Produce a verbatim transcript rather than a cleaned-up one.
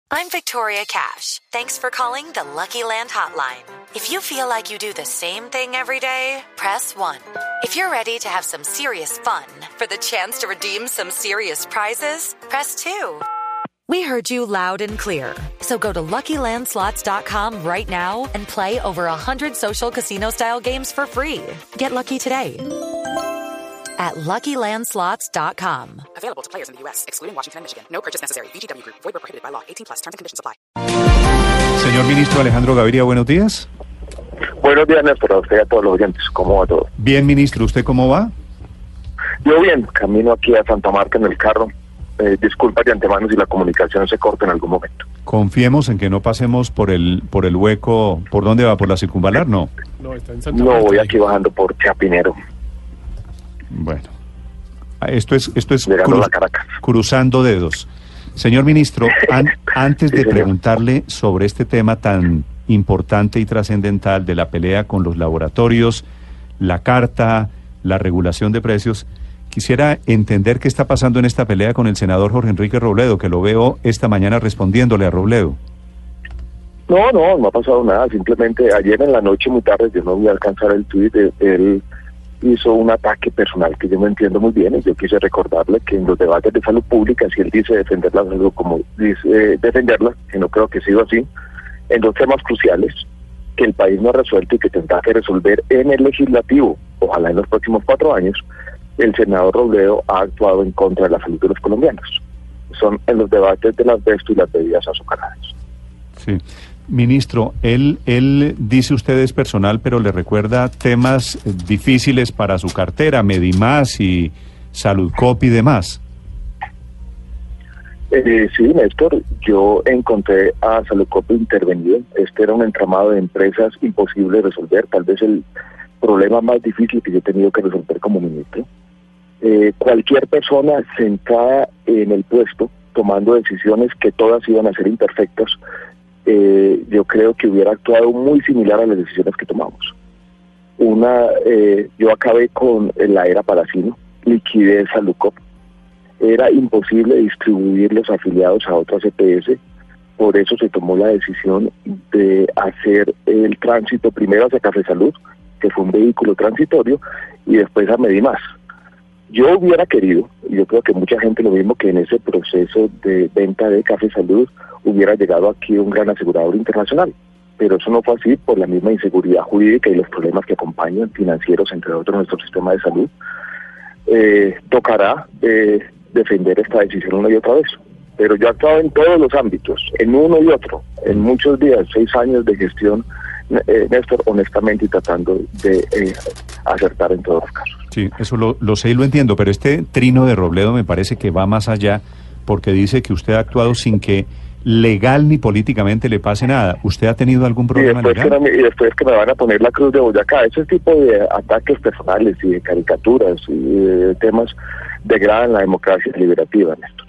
I'm Victoria Cash. Thanks for calling the Lucky Land Hotline. If you feel like you do the same thing every day, press one. If you're ready to have some serious fun for the chance to redeem some serious prizes, press two. We heard you loud and clear. So go to Lucky Land Slots dot com right now and play over one hundred social casino-style games for free. Get lucky today at Lucky Land Slots dot com. Available to players in the U S, excluding Washington and Michigan. No purchase necessary. V G W Group. Void where prohibited by law. eighteen plus. Terms and conditions apply. Señor ministro Alejandro Gaviria, buenos días. Buenos días, Néstor, a usted y a todos los oyentes. ¿Cómo va todo? Bien, ministro. ¿Usted cómo va? Yo bien. Camino aquí a Santa Marta en el carro. Eh, disculpa de antemano si la comunicación se corta en algún momento. Confiemos en que no pasemos por el por el hueco. ¿Por dónde va? ¿Por la circunvalar? No. No, está en Santa Marta. No, voy aquí bajando por Chapinero. Bueno, esto es esto es cru cruzando dedos. Señor ministro, an, antes de sí, preguntarle sobre este tema tan importante y trascendental de la pelea con los laboratorios, la carta, la regulación de precios, quisiera entender qué está pasando en esta pelea con el senador Jorge Enrique Robledo, que lo veo esta mañana respondiéndole a Robledo. No, no, no ha pasado nada. Simplemente ayer en la noche, muy tarde, yo no voy a alcanzar el tuit, él hizo un ataque personal que yo no entiendo muy bien, y yo quise recordarle que en los debates de salud pública, si él dice defender la salud como dice eh, defenderla, que no creo que sea así, en dos temas cruciales que el país no ha resuelto y que tendrá que resolver en el legislativo, ojalá en los próximos cuatro años, el senador Robledo ha actuado en contra de la salud de los colombianos. Son en los debates del asbesto y las bebidas azucaradas. Sí. Ministro, él, él dice usted es personal, pero le recuerda temas difíciles para su cartera, Medimás y Saludcop y demás. Eh, sí, Néstor, yo encontré a Saludcop intervenido. Este era un entramado de empresas imposible de resolver, tal vez el problema más difícil que yo he tenido que resolver como ministro. Eh, cualquier persona sentada en el puesto, tomando decisiones que todas iban a ser imperfectas, Eh, yo creo que hubiera actuado muy similar a las decisiones que tomamos. Una, eh, yo acabé con la era Palacino, liquidé Saludcop, era imposible distribuir los afiliados a otras E P S, por eso se tomó la decisión de hacer el tránsito primero hacia Café Salud, que fue un vehículo transitorio, y después a Medimás. Yo hubiera querido, y yo creo que mucha gente lo mismo, que en ese proceso de venta de Café Salud hubiera llegado aquí un gran asegurador internacional, pero eso no fue así por la misma inseguridad jurídica y los problemas que acompañan, financieros, entre otros, nuestro sistema de salud. Eh, tocará eh, defender esta decisión una y otra vez, pero yo he actuado en todos los ámbitos, en uno y otro, en muchos días, seis años de gestión, eh, Néstor, honestamente, y tratando de eh, acertar en todos los casos. Sí, eso lo, lo sé y lo entiendo, pero este trino de Robledo me parece que va más allá, porque dice que usted ha actuado sin que legal ni políticamente le pase nada. ¿Usted ha tenido algún problema y después legal? Que no, y después que me van a poner la cruz de Boyacá. Ese tipo de ataques personales y de caricaturas y de temas degradan la democracia deliberativa, Néstor.